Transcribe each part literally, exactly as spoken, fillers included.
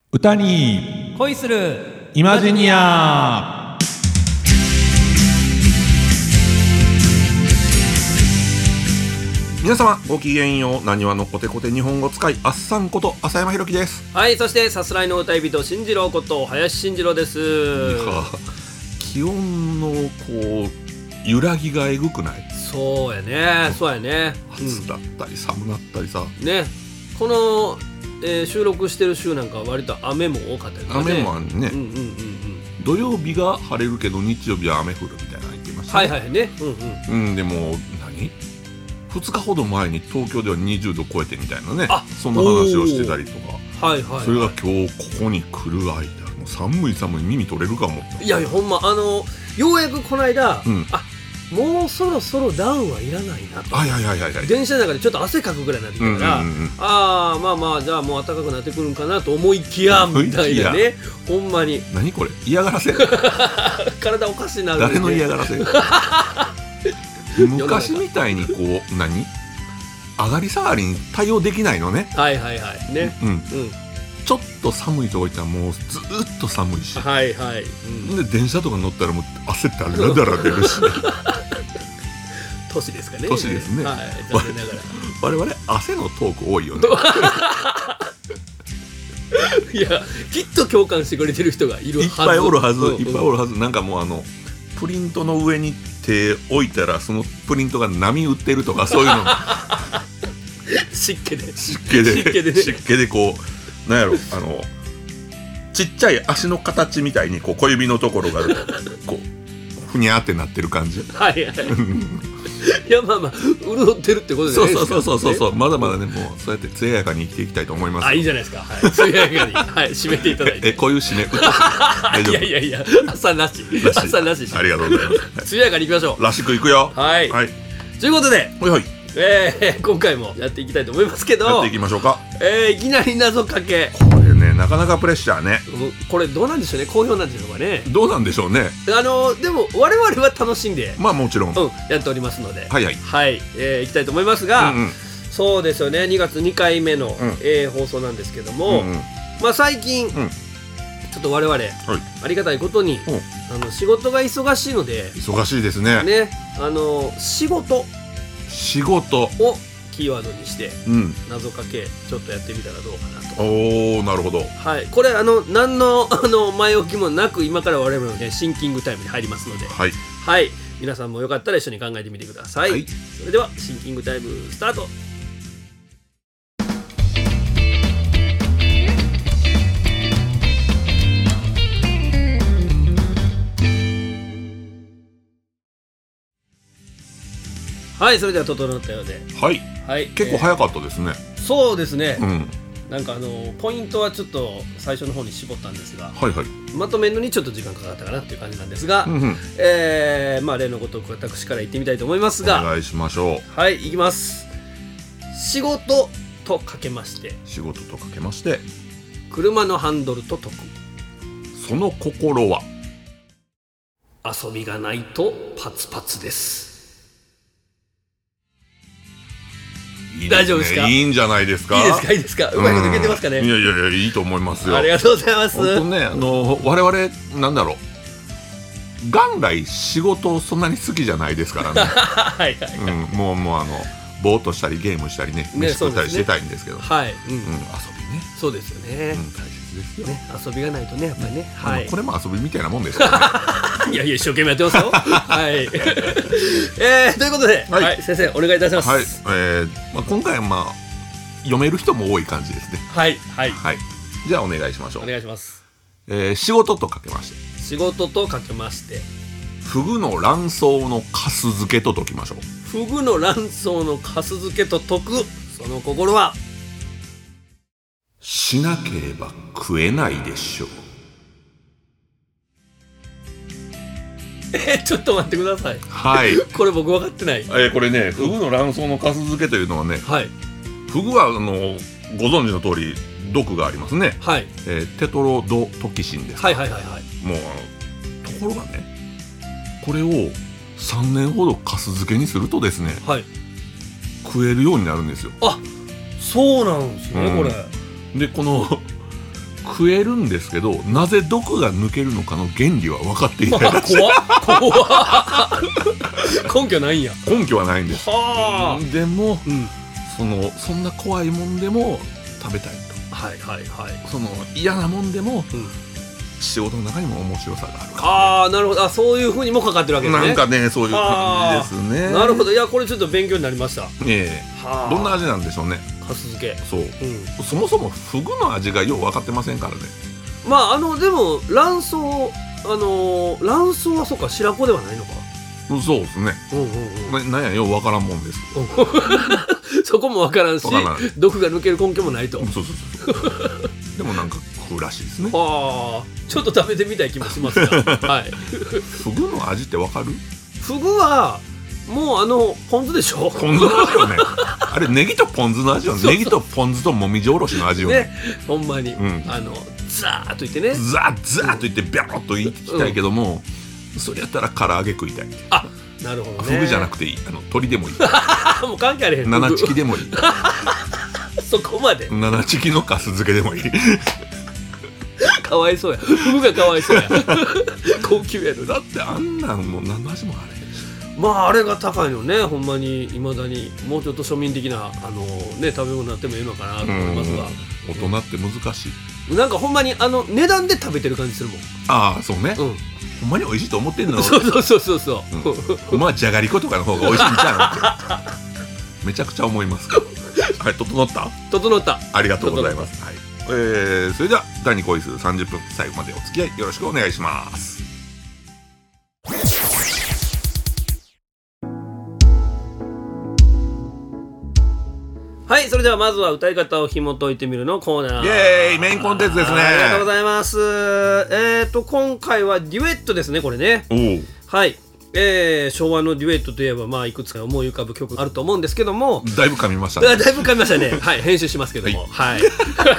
歌に恋するイマジニア。 皆様ごきげんよう。なにわのコテコテ日本語使いあっさんこと浅山ひろきです。 はい、そしてさすらいの歌い人進次郎こと林進次郎です。 いや気温のこう揺らぎがえぐくない？ そうやね、そうやね、 暑だったり寒なったりさ、 うん、ね、この、えー、収録してる週なんかは割と雨も多かったよね。 雨もあるね、うんうんうんうん、土曜日が晴れるけど日曜日は雨降るみたいなの言ってましたね。 はいはいね、うんうん、 うん、でも何ふつかほど前に東京ではにじゅうど超えてみたいなね、 あ、 そんな話をしてたりとか、 はいはいはい、 それが今日ここに来る間もう寒い寒い耳取れるかも。 いやいやほんまあのようやくこの間、うん、あもうそろそろダウンはいらないなと、 はいはいはいはい、 電車の中でちょっと汗かくぐらいになってきたから、うんうんうん、ああまあまあじゃあもう暖かくなってくるんかなと思いきやみたいなね、ほんまに何これ嫌がらせ体おかしになる、 ね、誰の嫌がらせ昔みたいにこう何上がり下がりに対応できないのね。 はいはいはいね、 うんうん、ちょっと寒いとこ行ったらもうずっと寒いし、 はいはい、 うん、で電車とか乗ったらもう汗だらだら出るし年ですかね。 年ですね、 はい、残念ながら我々汗のトーク多いよねいやきっと共感してくれてる人がいるはず、 いっぱいおるはず、うんうん、いっぱいおるはず。なんかもうあのプリントの上に手置いたらそのプリントが波打ってるとかそういうの湿気で湿気で湿気で、ね、湿気でこうなんやろあのちっちゃい足の形みたいにこう小指のところがこうふにゃーってなってる感じ。 はいはいいやまあまあ潤ってるってことじゃないですか。 そうそうそうそう、まだまだねもうそうやって艶やかに生きていきたいと思います。 あ、いいじゃないですか、はい、艶やかに、はい、締めていただいてえこういう締め大丈夫？いやいやいや朝なし朝なし。 ありがとうございます。 艶やかにいきましょう。 らしくいくよ。 はい、 はい、 ということで、 はいはい、 えー、今回もやっていきたいと思いますけど、 やっていきましょうか。 えー、いきなり謎かけ、 これねなかなかプレッシャーね。 これどうなんでしょうね、好評なんでしょうかね。 どうなんでしょうね。 あのでも我々は楽しんでまあもちろん、うん、 やっておりますので、 はいはい、 はい、えー、いきたいと思いますが、うんうん、そうですよね、にがつにかいめの、うん、えー、放送なんですけども、うんうん、まあ最近、うん、ちょっと我々、はい、ありがたいことに、うん、あの仕事が忙しいので、 忙しいですね。 ね、あの仕事仕事をキーワードにして、うん、謎かけちょっとやってみたらどうかなと。 おー、なるほど。 はい、これあの何の、あの前置きもなく今から我々の、ね、シンキングタイムに入りますので、はい、はい、皆さんもよかったら一緒に考えてみてください、はい、それではシンキングタイムスタート。はい、それでは整ったようで、 はい、はい、結構早かったですね。 えー、そうですね、うん、なんかあのポイントはちょっと最初の方に絞ったんですが、はいはい、まとめるのにちょっと時間かかったかなっていう感じなんですが、うんうん、えー、まあ例のごとく私から言ってみたいと思いますが、 お願いしましょう。はい、いきます。仕事とかけまして、 仕事とかけまして車のハンドルと解く。 その心は遊びがないとパツパツです。 いいですね、大丈夫ですか？いいんじゃないですか？ いいですか？いいですか？うまいこと抜けてますかね？ いやいやいや、いいと思いますよ。 ありがとうございます。 本当ね、あの我々なんだろう、元来仕事をそんなに好きじゃないですからねはいはい、はい、うん、もうもうあのぼーっとしたりゲームしたりね、飯食ったりしてたいんですけど、ね、 はい、 うん、うん、遊びね。 そうですよね、 うん、大切ですよね。遊びがないとね、やっぱりね、 うん、はい、これも遊びみたいなもんですからねいやいや、一生懸命やってますよはい、えー、ということで、はいはい、先生お願いいたします。 はい、えーまあ、今回はまあ読める人も多い感じですね。 はいはい、 はい、じゃあお願いしましょう。 お願いします。 えー、仕事とかけまして仕事とかけましてフグの卵巣のかす漬けと解きましょう。 フグの卵巣のかす漬けと解く。その心はしなければ食えないでしょう。 えー、ちょっと待ってください。 はい、 これ僕分かってない。 えー、これね、フグの卵巣のかす漬けというのはね、はい、フグはあのご存知の通り毒がありますね。はい、えー、テトロドトキシンです。 はいはいはいはい。 もうあのところがね、これをさんねんほどかす漬けにするとですね、はい、食えるようになるんですよ。 あ、そうなんですね、うん、これでこの食えるんですけど、なぜ毒が抜けるのかの原理は分かっていないらしい。 怖っ怖っ根拠ないんや。 根拠はないんです。 はでも、 うん、 そのそんな怖いもんでも食べたいと。 はいはいはい。 その嫌なもんでも、 うん、 仕事の中にも面白さがあるから、ね、 ああなるほど。あそういう風にもかかってるわけですね。 なんかねそういう感じですね。 なるほど。いやこれちょっと勉強になりました。 ええー、どんな味なんでしょうね。 かす漬け。 そう、うん、そもそもフグの味がよう分かってませんからね。 まああのでも卵巣あのー、卵巣はそうか白子ではないのか。 そうですね。うんうんうん。なんやよう分からんもんです。 そこも分からんし、毒が抜ける根拠もないと。 そうそうそうでもなんか食うらしいですね。 ああ、ちょっと食べてみたい気もしますが、はい。 フグの味って分かる？ フグはもうあのポン酢でしょ。 ポン酢の味よね。あれネギとポン酢の味よね。ネギとポン酢ともみじおろしの味よね。ね、 ほんまに、うん、あのザーっといってね。 ザーザーっといってビャロッといきたいけども、うん、それやったら唐揚げ食いたい。 あ、なるほどね。 フグじゃなくていい。あの鶏でもいい。 もう関係あれへん。 七チキでもいい。 そこまで。 七チキのかす漬けでもいい。 かわいそうや。フグがかわいそうや。高級やろ。 だってあんなんもう何の味もあれへんし。 まああれが高いのね。ほんまにいまだにもうちょっと庶民的なあのね食べ物になってもいいのかなと思いますが。 大人って難しい。 なんかほんまにあの値段で食べてる感じするもん。 ああそうね。 うん。 ほんまに美味しいと思ってんの。 そうそうそうそうそう。 うん、まあじゃがりことかの方が美味しいんちゃうの。めちゃくちゃ思いますけど。はい、整った。 整った。 ありがとうございます。はい。えー、それではだいに恋数さんじゅっぷん最後までお付き合いよろしくお願いします。 はい、それではまずは歌い方を紐解いてみるのコーナー。 イエーイ、メインコンテンツですね。 ありがとうございます。えーと今回はデュエットですね、これね。 おー、 はい、えー、昭和のデュエットといえば、まあいくつか思い浮かぶ曲あると思うんですけども、 だいぶ噛みましたね。 だいぶ噛みましたね。はい、編集しますけども、はい、はい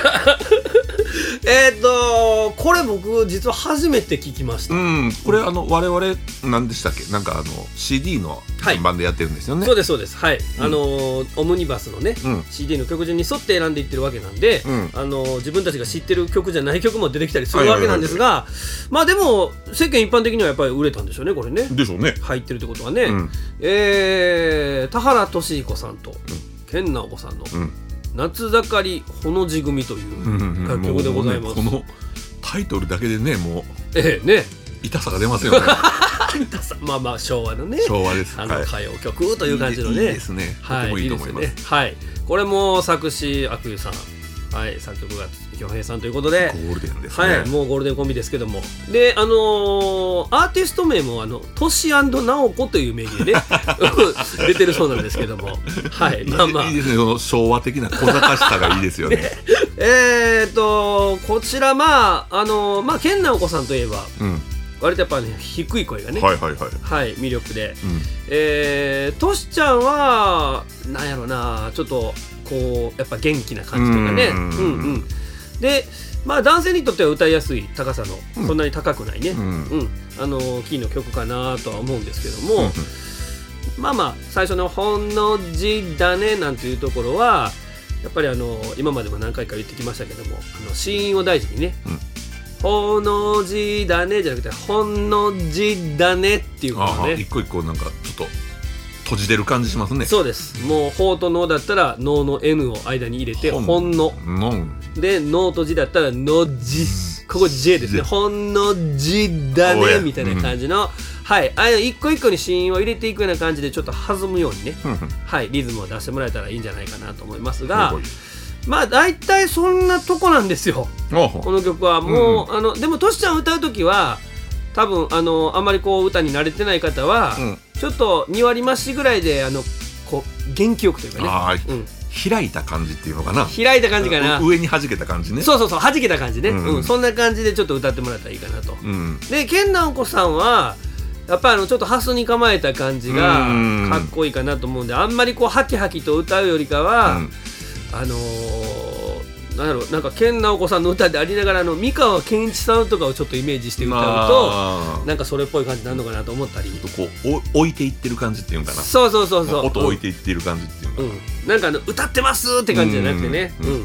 えっとこれ僕実は初めて聞きました。 うん、これあの我々何でしたっけ、なんかあの シーディー の順番でやってるんですよね。 はい、そうですそうです。はい、うん、あのオムニバスのね、うん、シーディー の曲順に沿って選んでいってるわけなんで、うん、あの自分たちが知ってる曲じゃない曲も出てきたりするわけなんですが、まあでも世間一般的にはやっぱり売れたんでしょうね、これね。 でしょうね。 入ってるってことはね、うん、えー、田原俊彦さんと研ナオコさんの、うん、夏盛りほの字組という楽曲でございます。 うんうんうん、このタイトルだけでね、もう、 ええね、 痛さが出ますよね。 痛さ、まあまあ昭和のね、 昭和です。 あの歌謡曲という感じのね、 いいですね。とてもいいと思います。 はい、いいですね。はい、これも作詞阿久悠さん、はい、作曲が京平さんということで、 ゴールデンですね。 はい、もうゴールデンコンビですけども、で、あのー、アーティスト名もあのトシ&ナオコという名義でね出てるそうなんですけども、はい、まあまあいいですね。その昭和的な小賢しさがいいですよね。ね、 えーとこちら、まああのー、まあ研ナオコさんといえば、うん、割とやっぱね低い声がね、 はいはいはい、 はい、魅力で、うん、えー、トシちゃんはなんやろな、ちょっとこうやっぱ元気な感じとかね、うんうんうん、で、まあ男性にとっては歌いやすい高さの、うん、そんなに高くないね、うんうん、あのキーの曲かなとは思うんですけども、うんうん、まあまあ最初のほの字だねなんていうところはやっぱりあの今までも何回か言ってきましたけども、あの子音を大事にね、うん、ほの字だねじゃなくてほの字だねっていうことね。 一個一個なんかちょっと閉じてる感じしますね。 そうです。もうほとのだったらのの N を間に入れてほんので、のとじだったらのじ、ここ J ですね。ほんのじだねみたいな感じの、うん、はい、あの一個一個に子音を入れていくような感じでちょっと弾むようにね、はい、リズムを出してもらえたらいいんじゃないかなと思いますが、まあ大体そんなとこなんですよ、この曲は。もう、うん、あのでもトシちゃん歌うときは多分あのあんまりこう歌に慣れてない方は、うん、ちょっとに割増しぐらいであのこう元気よくというかね、あ、うん、 開いた感じっていうのかな、 開いた感じかな、 上に弾けた感じね。 そうそうそう、弾けた感じね、うんうん、そんな感じでちょっと歌ってもらったらいいかなと、うん、で研ナオコさんはやっぱりあのちょっとハスに構えた感じがかっこいいかなと思うんで、あんまりこうハキハキと歌うよりかは、うん、あのーなんやろ、なんか研ナオコさんの歌でありながらの三河健一さんとかをちょっとイメージして歌うと、まあ、なんかそれっぽい感じになるのかなと思ったり、 こう置いていってる感じっていうかな。 そうそうそうそう、 音置いていってる感じっていうか、 うん、なんかあの歌ってますって感じじゃなくてね、うんうんうん、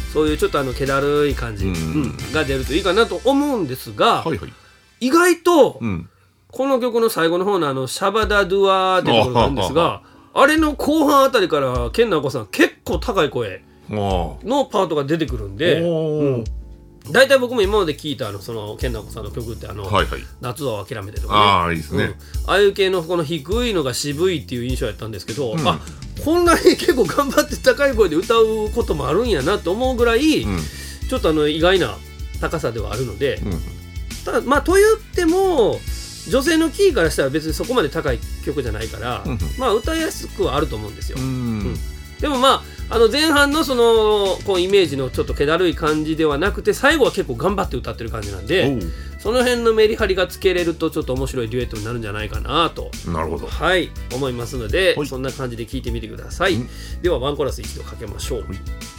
そういうちょっとあの気だるい感じ、うん、が出るといいかなと思うんですが、はいはい、意外と、うん、この曲の最後の方のあのシャバダドゥアーってところなんですが、あ, あれの後半あたりから研ナオコさん結構高い声のパートが出てくるんで、うん、大体僕も今まで聞いたあのその研ナオコさんの曲ってあの、はいはい、夏を諦めてとかね、 ああいいですね、うん、 ああいう系のこの低いのが渋いっていう印象やったんですけど、うん、あこんなに結構頑張って高い声で歌うこともあるんやなと思うぐらい、うん、ちょっとあの意外な高さではあるので、うん、ただまあと言っても女性のキーからしたら別にそこまで高い曲じゃないから、うん、まあ歌いやすくはあると思うんですよ、うんうん、でもまああの前半のそのこうイメージのちょっと気だるい感じではなくて最後は結構頑張って歌ってる感じなんで、その辺のメリハリがつけれるとちょっと面白いデュエットになるんじゃないかなと、 なるほど、 はい、思いますので、そんな感じで聴いてみてください、うん、ではワンコーラス一度かけましょう。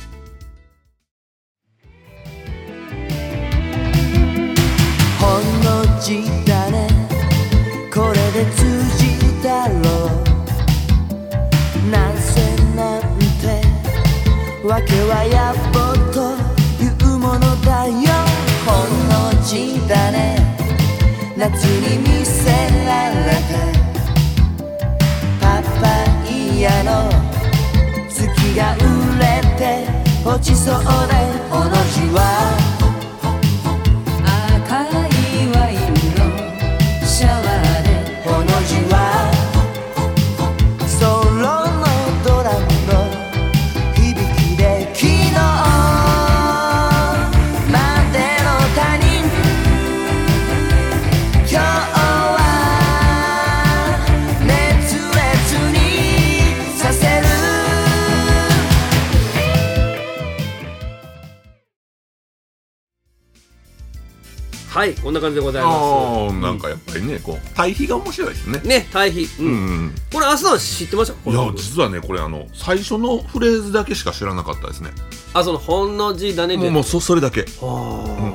ほんの字だね、これで通じるだろう、なんせなんてわけはやっぼというものだよ。ほんの字だね、夏に見せられてパパイヤの月が売れて落ちそうで、ほの字は赤いワインのシャワーで、ほの字はソロのドラムの響きで、昨日までの他人今日は熱烈にさせる。 はい、こんな感じでございます。 あ、なんかやっぱりね、こう対比が面白いですね。 ね、対比、うんうん、これアスさん知ってましたか？ いや実はね、これあの最初のフレーズだけしか知らなかったですね。 あ、そのほんの字だねで、 もう、もう そ, それだけ、あ、うん、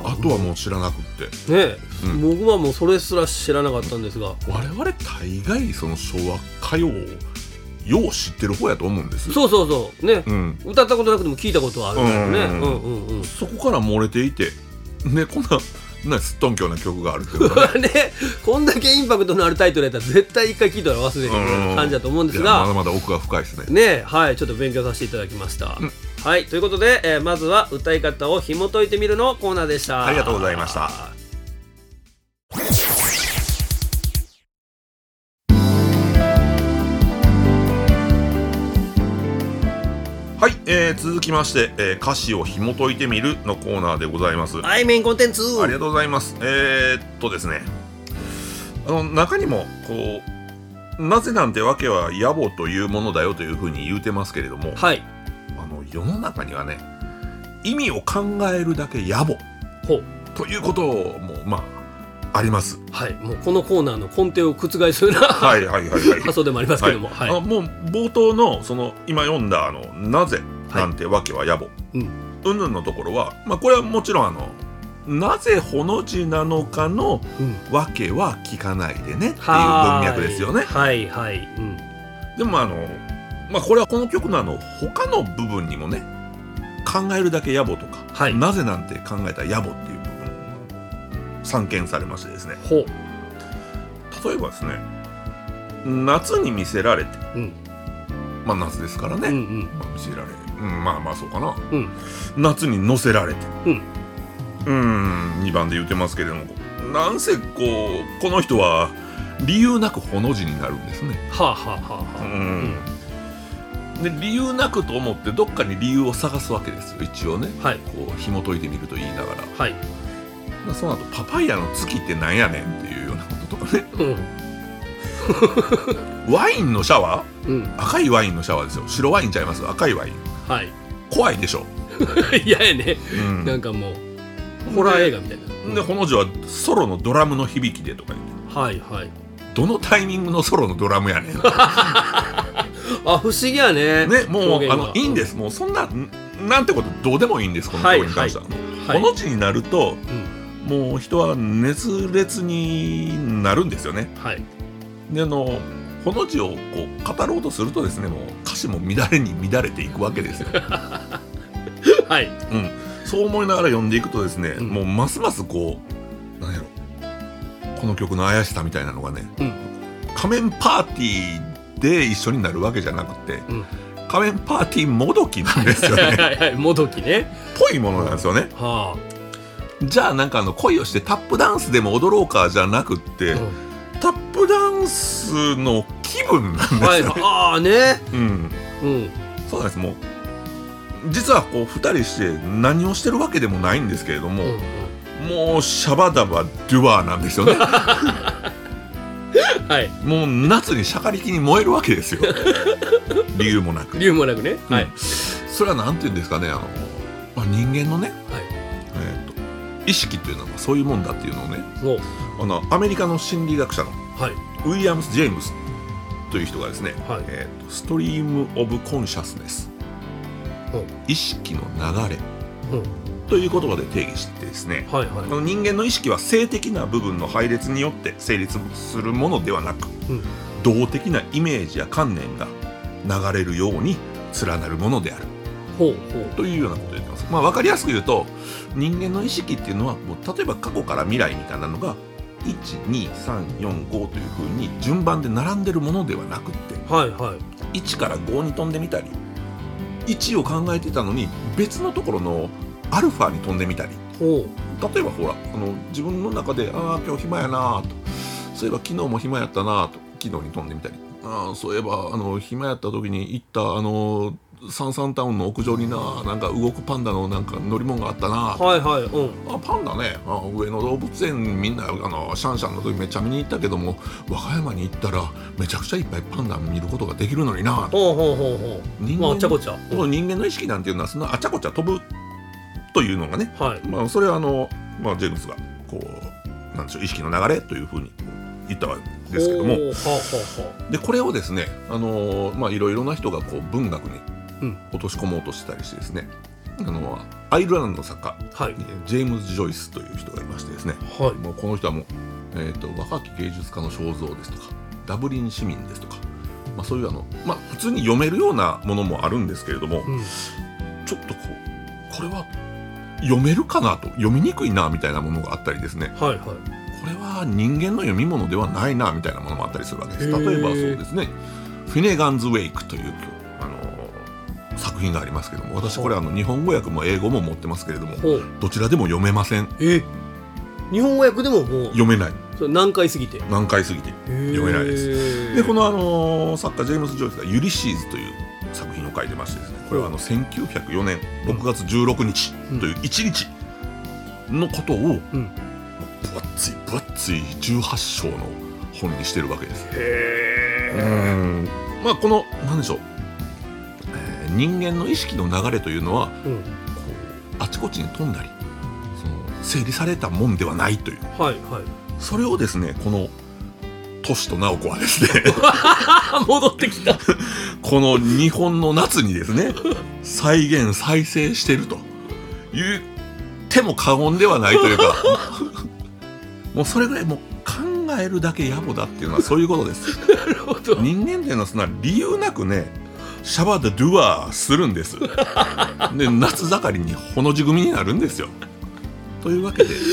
あとはもう知らなくってね、うん、僕はもうそれすら知らなかったんですが、 我々大概その昭和歌謡をよう知ってる方やと思うんです。 そうそうそうね、うん、歌ったことなくても聞いたことはあるからね、うんうんうんうん、 そこから漏れていてね、こんななすっとんきょうな曲があるっていうか ね, ね、こんだけインパクトのあるタイトルやったら絶対一回聴いたら忘れる感じだと思うんですが、 まだまだ奥が深いですね。 ね、はい、ちょっと勉強させていただきました、うん、はい、ということで、えー、まずは歌い方を紐解いてみるのコーナーでした。 ありがとうございました。はい、えー、続きまして、えー、歌詞を紐解いてみるのコーナーでございます。 はい、メインコンテンツありがとうございます。えー、っとですね、あの中にもこうなぜなんてわけは野暮というものだよというふうに言うてますけれども、はい、あの世の中にはね、意味を考えるだけ野暮ということもまああります。 はい、もうこのコーナーの根底を覆すようなはいはいはい、はい、発想でもありますけども、はいはい、 あもう冒頭のその今読んだあのなぜなんてわけは野暮、はい、うんうんぬんのところは、まあ、これはもちろんあのなぜほの字なのかのわけは聞かないでねっていう文脈ですよね。 はいはい、うん、 でもあの、まあ、これはこの曲のあの他の部分にもね、考えるだけ野暮とか、はい、なぜなんて考えた野暮っていう散見されましてですね。ほう。例えばですね、夏に見せられて、うん、まあ夏ですからね、うんうんまあ、見せられ、うん、まあまあそうかな、うん、夏に乗せられて、うん、うーんにばんで言ってますけれども、なんせこうこの人は理由なくほの字になるんですね。はあはあはあはあ、うんうん、で理由なくと思ってどっかに理由を探すわけですよ、一応ね、はい、こう紐解いてみると言いながら、はい、その後パパイヤの月ってなんやねんっていうようなこととかね、うん、ワインのシャワー、うん、赤いワインのシャワーですよ。白ワインちゃいます、赤いワイン、はい、怖いでしょ嫌やね、うん、なんかもうホラー映画みたいな。 でほの字はソロのドラムの響きでとか言って、はいはい、どのタイミングのソロのドラムやねんあ、不思議やね。 ね、もうあのいいんです、もうそんななんてことどうでもいいんです、この曲に関しては、はいはい、ほの字になると、うん、もう人は熱烈になるんですよね。はい、であのほの字をこう語ろうとするとですね、もう歌詞も乱れに乱れていくわけですよははい、 うん、そう思いながら読んでいくとですね、うん、もうますますこうなんやろこの曲の怪しさみたいなのがね、うん、仮面パーティーで一緒になるわけじゃなくて、うん、仮面パーティーもどきなんですよね。 はいはいはい、もどきねぽいものなんですよね、うんはあ、じゃあなんかあの恋をしてタップダンスでも踊ろうかじゃなくって、うん、タップダンスの気分なんですよね、はい、 ああね、 うんうん、そうなんです。もう実はこうふたりして何をしてるわけでもないんですけれども、うんうん、もうシャバダバデュアーなんですよね。はい、もう夏にシャカリキに燃えるわけですよ。理由もなく理由もなくね、はい、 うん、それはなんていうんですかね、あの、まあ、人間のね、はい、えーと、意識というのはそういうもんだっていうのをね、あのアメリカの心理学者の、はい、ウィリアムス・ジェームスという人がですね、はい、えーと、ストリーム・オブ・コンシャスネス、うん、意識の流れ、うんという言葉で定義してですね、はいはい、この人間の意識は性的な部分の配列によって成立するものではなく、うん、動的なイメージや観念が流れるように連なるものである、ほうほうというようなことを言ってます。まあ、分かりやすく言うと人間の意識っていうのはもう例えば過去から未来みたいなのがいち、に、さん、よん、ごというふうに順番で並んでるものではなくって、はいはい、いちからごに飛んでみたりいちを考えてたのに別のところのアルファに飛んでみたり、例えばほらあの自分の中でああ今日暇やなと、そういえば昨日も暇やったなと昨日に飛んでみたり、あそういえばあの暇やった時に行ったあのサンサンタウンの屋上にななんか動くパンダのなんか乗り物があったな、はいはい、うん、あパンダね、あ上野動物園みんなあのシャンシャンの時めっちゃ見に行ったけども和歌山に行ったらめちゃくちゃいっぱいパンダ見ることができるのにな、ほうほうほうほう、人間の、まあ、あちゃこちゃ、うん、人間の意識なんていうのはそのあちゃこちゃ飛ぶというのがね、はい、まあ、それはあの、まあ、ジェームスがこうなんでしょう意識の流れというふうに言ったわけですけども、はあはあ、でこれをですね、あのまあ、いろいろな人がこう文学に落とし込もうとしてたりしてですね、あのアイルランドの作家、はい、ジェームズ・ジョイスという人がいましてですね、はい、もうこの人はもう、えーと、若き芸術家の肖像ですとかダブリン市民ですとか、まあ、そういうあの、まあ、普通に読めるようなものもあるんですけれども、うん、ちょっとこうこれは読めるかなと読みにくいなみたいなものがあったりですね、はいはい、これは人間の読み物ではないなみたいなものもあったりするわけです。例えばそうですね、フィネガンズ・ウェイクという、あのー、作品がありますけども、私これあの日本語訳も英語も持ってますけれどもどちらでも読めません。え日本語訳でももう読めない、 それ難解すぎて難解すぎて読めないです。でこの、あのー、作家ジェームス・ジョイスがユリシーズという作品を書いてましてですね、これはあのせんきゅうひゃくよねんろくがつじゅうろくにちといういちにちのことを、うん、分厚い分厚いじゅうはっしょうの本にしてるわけです。へー、うん、まあこの何でしょう、えー、人間の意識の流れというのは、うん、こうあちこちに飛んだりその整理されたもんではないという、はいはい、それをですねこのトシとナオコはですね戻ってきたこの日本の夏にですね再現再生していると言っても過言ではないというかもうそれぐらいもう考えるだけ野暮だっていうのはそういうことです。なるほど。人間っていうのはそんな理由なくねシャバでドゥアーするんですで夏盛りにほの字組になるんですよ。というわけで、はい、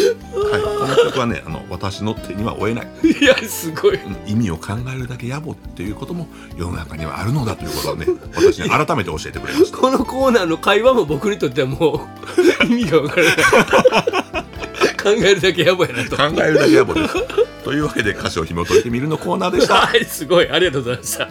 この曲はねあの私の手には負えない。 いやすごい意味を考えるだけ野暮っていうことも世の中にはあるのだということをね私に改めて教えてくれました。 このコーナーの会話も僕にとってはもう意味が分からない考えるだけ野暮やなと考えるだけ野暮ですというわけで歌詞を紐解いてみるのコーナーでした。 はいすごいありがとうございました。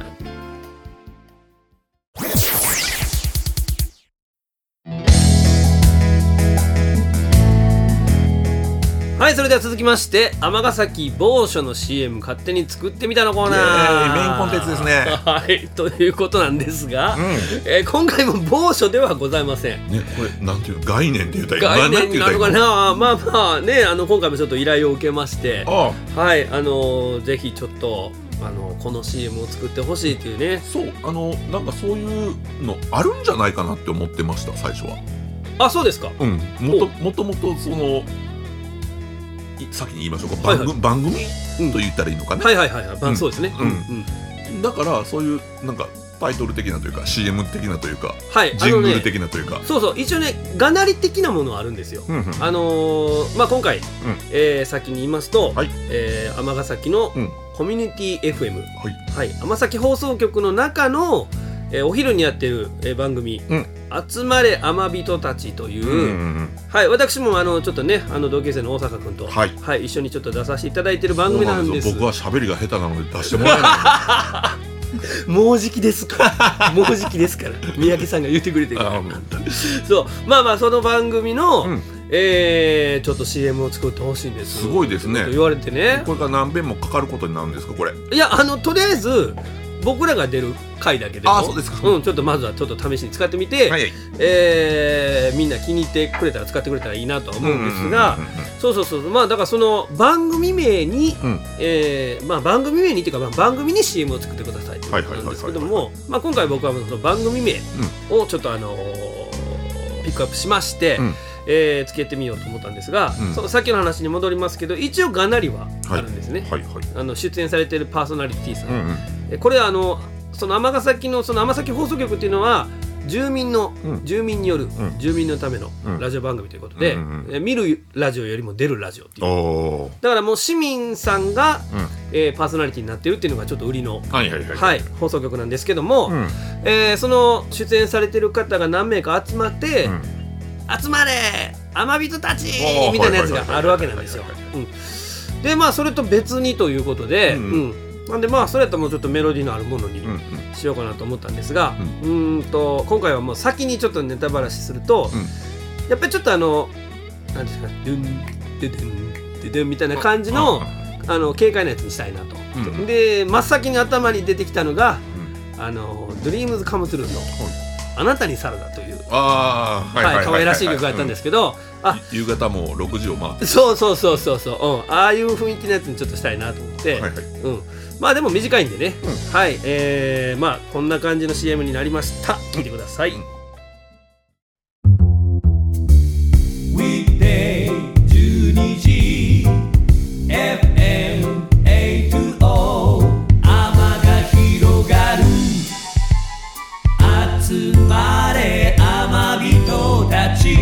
はい、それでは続きまして尼崎某所の シーエム 勝手に作ってみたのコーナー、 メインコンテンツですね。 はいということなんですが、うんえー、今回も某所ではございませんね。これなんていう概念で言うたら概念になるかな。まあまあねあの今回もちょっと依頼を受けましてああはいあのー、ぜひちょっとあのこの シーエム を作ってほしいというね。 そうあのなんかそういうのあるんじゃないかなって思ってました最初は。 あそうですか。 うんもともともとその先に言いましょうか、はいはい、番, 番組、うん、と言ったらいいのかね。 はいはいはい、はい、うん、そうですね、 うんうん、だからそういうなんかタイトル的なというか シーエム 的なというか、 はい、 ジングル的なというか、 ね、そうそう一応ねがなり的なものはあるんですよ、うんうん、あのー、まあ今回、うん、えー、先に言いますと、はい、えー、尼崎のコミュニティ エフエム、はい、尼崎放送局の中の、えー、お昼にやってる、えー、番組、うん、集まれ天人たちという、うんうんうん、はい、私もあのちょっとねあの同級生の大阪君と、はいはい、一緒にちょっと出させていただいてる番組なんです。 僕は喋りが下手なので出してもらえないもうじきですからもうじきですから三宅さんが言ってくれてるからそうまあまあその番組の、うん、えー、ちょっと シーエム を作ってほしいんです。 すごいですねと言われてね。 これから何遍もかかることになるんですかこれ。 いやあのとりあえず僕らが出る回だけでも、 あ、そうですか、 うん、ちょっとまずはちょっと試しに使ってみて、はい、えー、みんな気に入ってくれたら使ってくれたらいいなとは思うんですが、そうそうそう、まあだからその番組名に、うん、えー、まあ番組名にっていうか、まあ、番組に シーエム を作ってくださいということなんですけども、まあ今回僕はその番組名をちょっとあのー、ピックアップしまして、うん、えー、つけてみようと思ったんですが、うん、そのさっきの話に戻りますけど一応がなりはあるんですね、はいはいはい、あの出演されているパーソナリティさん、うんうん、これはあのその尼崎のその尼崎放送局っていうのは住民の、うん、住民による、うん、住民のためのラジオ番組ということで、うんうんうん、え見るラジオよりも出るラジオっていうだからもう市民さんが、うん、えー、パーソナリティになってるっていうのがちょっと売りの、はいはいはいはい、放送局なんですけども、うん、えー、その出演されてる方が何名か集まって、うん、集まれ天人たちみたいなやつがあるわけなんですよ。でまあそれと別にということで、うんうん、なんでまあそれやったらもうちょっとメロディーのあるものにしようかなと思ったんですが、うん、うーんと今回はもう先にちょっとネタばらしすると、うん、やっぱりちょっとあの何ですかドゥンドゥドゥンドゥドゥンみたいな感じの、あの軽快なやつにしたいなと、うん、で真っ先に頭に出てきたのが、うん、あのドリームズカムトゥルーのあなたにサラダというあ、はいはいはい、可愛らしい曲があったんですけど、 あ夕方もろくじを回ってそうそうそうそうそう、うん、ああいう雰囲気のやつにちょっとしたいなと思って、はいはい、うん、まあでも短いんでね、うん、はい、えー、まあこんな感じの シーエム になりました。聞いてください、うん、ウィークデイじゅうにじ エフエムはちじゅうご 天が広がる集まれ天人たち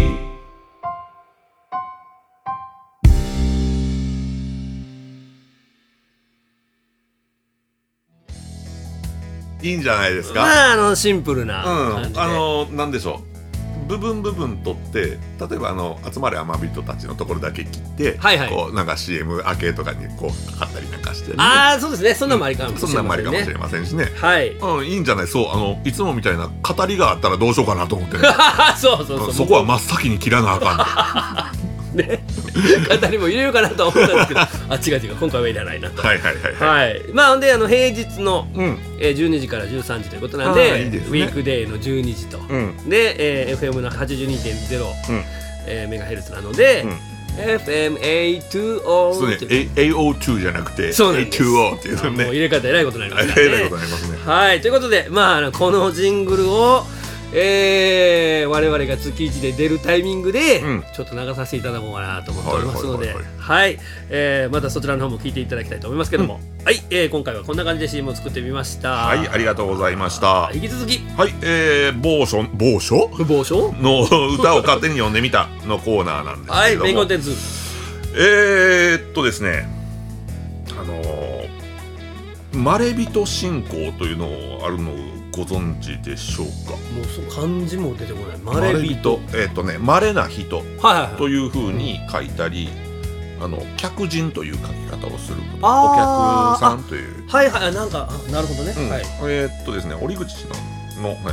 いいんじゃないですか。 まああのシンプルな感じで、 うん、あのなんでしょう部分部分取って例えばあの集まれ天人たちのところだけ切って、はいはい、こうなんか シーエム 明けとかにこうかかったりなんかして、ね、 ああそうですね、そんなもありかもしれませんね、うん、そんなもありかもしれませんしね、 はい、 うん、いいんじゃない。そうあのいつもみたいな語りがあったらどうしようかなと思ってねそうそうそう、 うん、そこは真っ先に切らなあかんね語りも入れようかなと思ったんですけどあ違う違う今回はいらないなと、はいはいはいはい、はい、まあほんであの平日の、うん、えー、じゅうにじからじゅうさんじということなんで、いいですね、ウィークデーのじゅうにじと、うん、で、えー、エフエム の はちじゅうにてんゼロ、うん、えー、メガヘルツなので、うん、エフエムはちじゅうごそうね、エーオーツー じゃなくてそうなんです エーツーオー っていうね、 もう入れ方えらいことになりますからね。 えらいことになりますね。 はい、ということで、まあ、このジングルをえー、我々が月いちで出るタイミングで、うん、ちょっと流させていただこうかなと思っておりますので、はい、えー、またそちらの方も聞いていただきたいと思いますけども、うん、はい、えー、今回はこんな感じで シーエム を作ってみました。 はい、ありがとうございました。 引き続き、 はい、えー、某所某所某所の歌を勝手に読んでみたのコーナーなんですけどもはい、 メインコンテンツえーっとですねあのー、まれびと信仰というのあるのをご存知でしょうか。 もうそう漢字も出てこない。 まれびと、えーっとね、まれな人というふうに書いたり、うん、あの客人という書き方をすること、お客さんというはいはい、なんかなるほどね、うん、はい、 えーっとですね折口のの、あ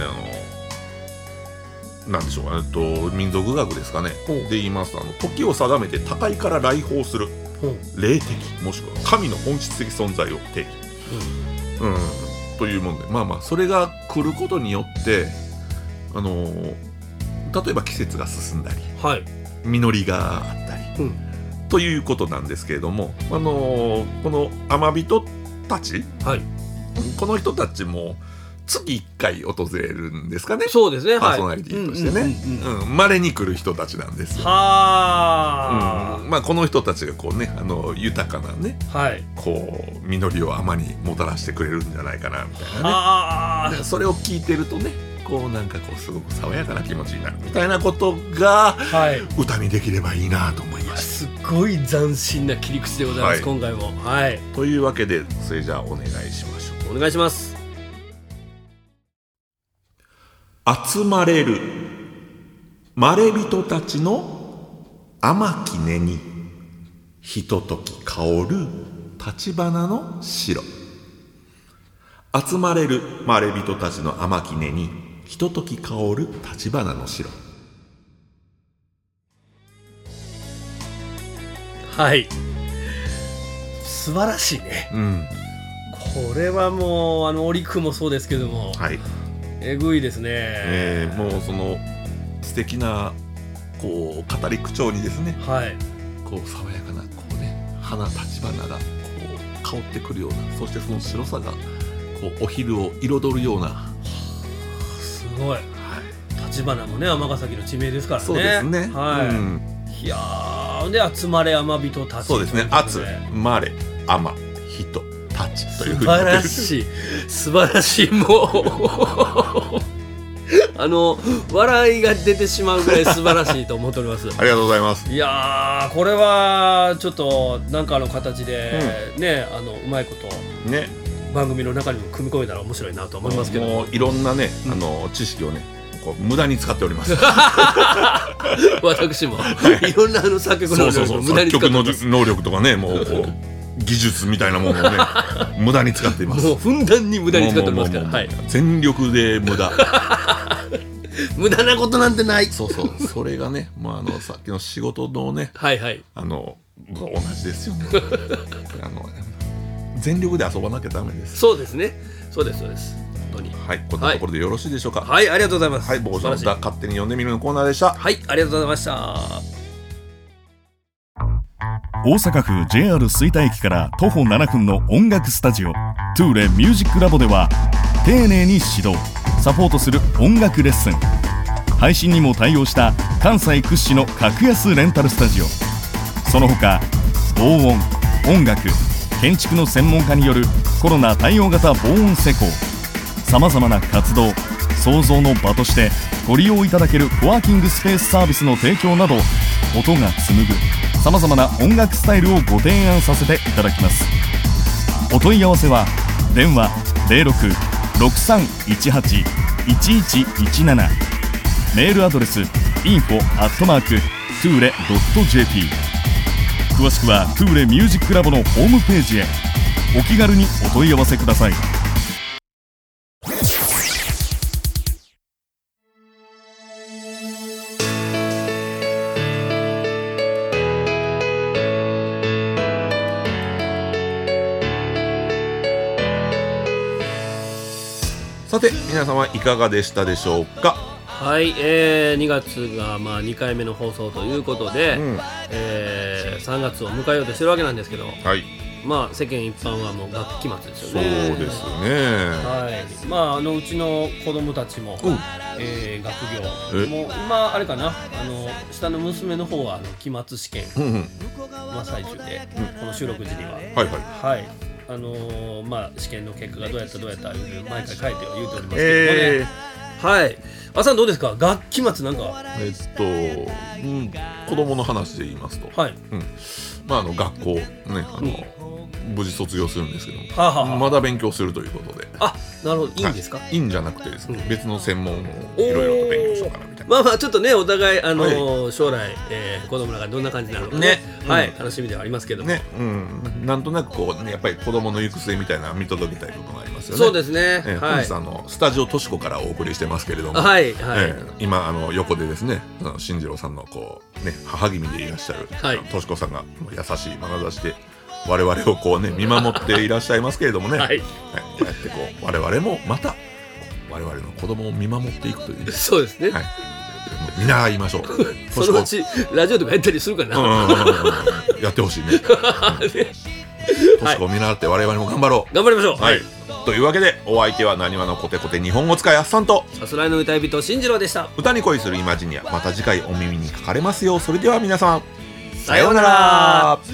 のなんでしょうか、えっと民族学ですかね、うん、で言いますとあの時を定めて高いから来訪する、うん、霊的もしくは神の本質的存在を定義、うん、うんというもんで、まあまあそれが来ることによってあのー、例えば季節が進んだり、はい、実りがあったり、うん、ということなんですけれども、あのー、この天人たち、はい、この人たちも月いっかい訪れるんですかね。 そうですね、 パーソナリティとしてね稀に来る人たちなんですよ。はあ、うん、まあこの人たちがこうねあの豊かなね、はい、こう実りを天にもたらしてくれるんじゃないかなみたいなね。はあ、それを聞いてるとねこうなんかこうすごく爽やかな気持ちになるみたいなことが、はい、歌にできればいいなと思います。 すごい斬新な切り口でございます、はい、今回も、はい、 というわけでそれじゃあお願いしましょう。お願いします。 集まれるまれびとたちの甘き根にひととき香る立花の白。集まれるまれびとたちの甘き根にひととき香る立花の白。 はい、素晴らしいね、うん、これはもうあのおりくもそうですけども、はい、えぐいですね、 えー、もうその素敵なこう語り口調にですね、はい、こう爽やかなこうね花立花がこう香ってくるような、そしてその白さがこうお昼を彩るような、 すごい、はい、立花もね尼崎の地名ですからね。 そうですね、はい、うん、 いやーで集まれ天人たち。 そうですね、集まれ天人たちというふうに素晴らしい素晴らしい、もうあの笑いが出てしまうぐらい素晴らしいと思っております。 ありがとうございます。 いやーこれはちょっとなんかの形で、うん、ねあのうまいことね番組の中にも組み込めたら面白いなと思いますけど、 もういろんなね、うん、あの知識をねこう無駄に使っております私も、はい、いろんなあの作曲能力を無駄に使っております。 作曲の能力とかねもうこう技術みたいなものをね無駄に使っています。 もうふんだんに無駄に使っておりますから、はい、 全力で無駄無駄なことなんてない。 そうそう、それがね、まあ、あのさっきの仕事のねはい、はい、あの同じですよねあの全力で遊ばなきゃダメです。 そうですね、そうですそうです、本当に。 はい、こんなところでよろしいでしょうか。 はい、はい、ありがとうございます。 はい、坊主の歌勝手に読んでみるのコーナーでした。 はい、ありがとうございました。 大阪府 ジェイアール 吹田駅から徒歩ななふんの音楽スタジオトゥーレミュージックラボでは丁寧に指導サポートする音楽レッスン、配信にも対応した関西屈指の格安レンタルスタジオ、その他防音、音楽、建築の専門家によるコロナ対応型防音施工、さまざまな活動創造の場としてご利用いただけるコワーキングスペースサービスの提供など、音が紡ぐさまざまな音楽スタイルをご提案させていただきます。お問い合わせは電話 ゼロろく ろくさんいちはち いちいちいちなな、 メールアドレス インフォ アットマーク トゥーレ ドット ジェーピー、 詳しくはトゥーレミュージックラボのホームページへお気軽にお問い合わせください。 さて皆様いかがでしたでしょうか。 はい、えー、にがつがまあにかいめの放送ということで、うん、えー、さんがつを迎えようとしてるわけなんですけど、はい、まあ世間一般はもう学期末ですよね。 そうですね、 はい、まああのうちの子供たちも、うん、えー、学業もう今あれかな、あの下の娘の方はあの期末試験、うんうん、真っ最中で、うん、この収録時には、はいはいはい、あのー、まあ試験の結果がどうやったどうやったいう毎回書いては言うておりますけどもね、えー、はい。あさんどうですか、学期末なんか。 えっと、うん、子供の話で言いますと、はい、うん、まああの学校ね、あの、うん、無事卒業するんですけども、はあはあ、まだ勉強するということで。 あ、なるほど、いいんですか。 はい、いいんじゃなくてですね、うん、別の専門をいろいろと勉強しようかなみたいな。 まあまあちょっとねお互いあのーはい、将来、えー、子供らがどんな感じになるのかね、はい、うん、楽しみではありますけども、ね、 うん、なんとなくこうねやっぱり子供の行く末みたいなの見届けたいことがありますよね。 そうですね。 えー、はい、本日あのスタジオとしこからお送りしてますけれども、 はいはい、 えー、今あの横でですね、進次郎さんのこうね母君でいらっしゃる、はい、としこさんが優しい眼差しで我々をこうね見守っていらっしゃいますけれどもね、はいはい、こうやってこう我々もまた我々の子供を見守っていくという、ね、 そうですね、はい、 見習いましょうそのうちラジオとかやったりするかな、うんうんうんうん、 やってほしいね、うん、ね、としこを見習って我々も頑張ろう。 頑張りましょう。はい、 というわけでお相手はなにわのコテコテ日本語使いあっさんとさすらいの歌い人進次郎でした。 歌に恋するイマジニア、また次回お耳にかかれますよ。それでは皆さんさようなら。